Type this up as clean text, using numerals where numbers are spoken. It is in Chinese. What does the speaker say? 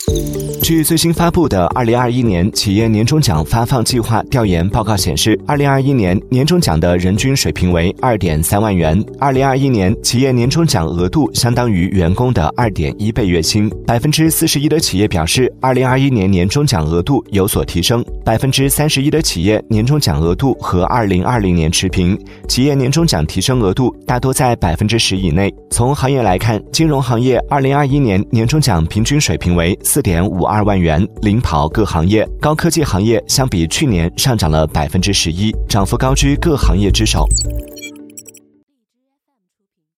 据最新发布的2021年企业年终奖发放计划调研报告显示，2021年年终奖的人均水平为 2.3 万元。2021年企业年终奖额度相当于员工的 2.1 倍月薪。41%的企业表示，2021年年终奖额度有所提升。31%的企业年终奖额度和2020年持平。企业年终奖提升额度大多在 10% 以内。从行业来看，金融行业2021年年终奖平均水平为 4.52 万元，领跑各行业。高科技行业相比去年上涨了 11%， 涨幅高居各行业之首。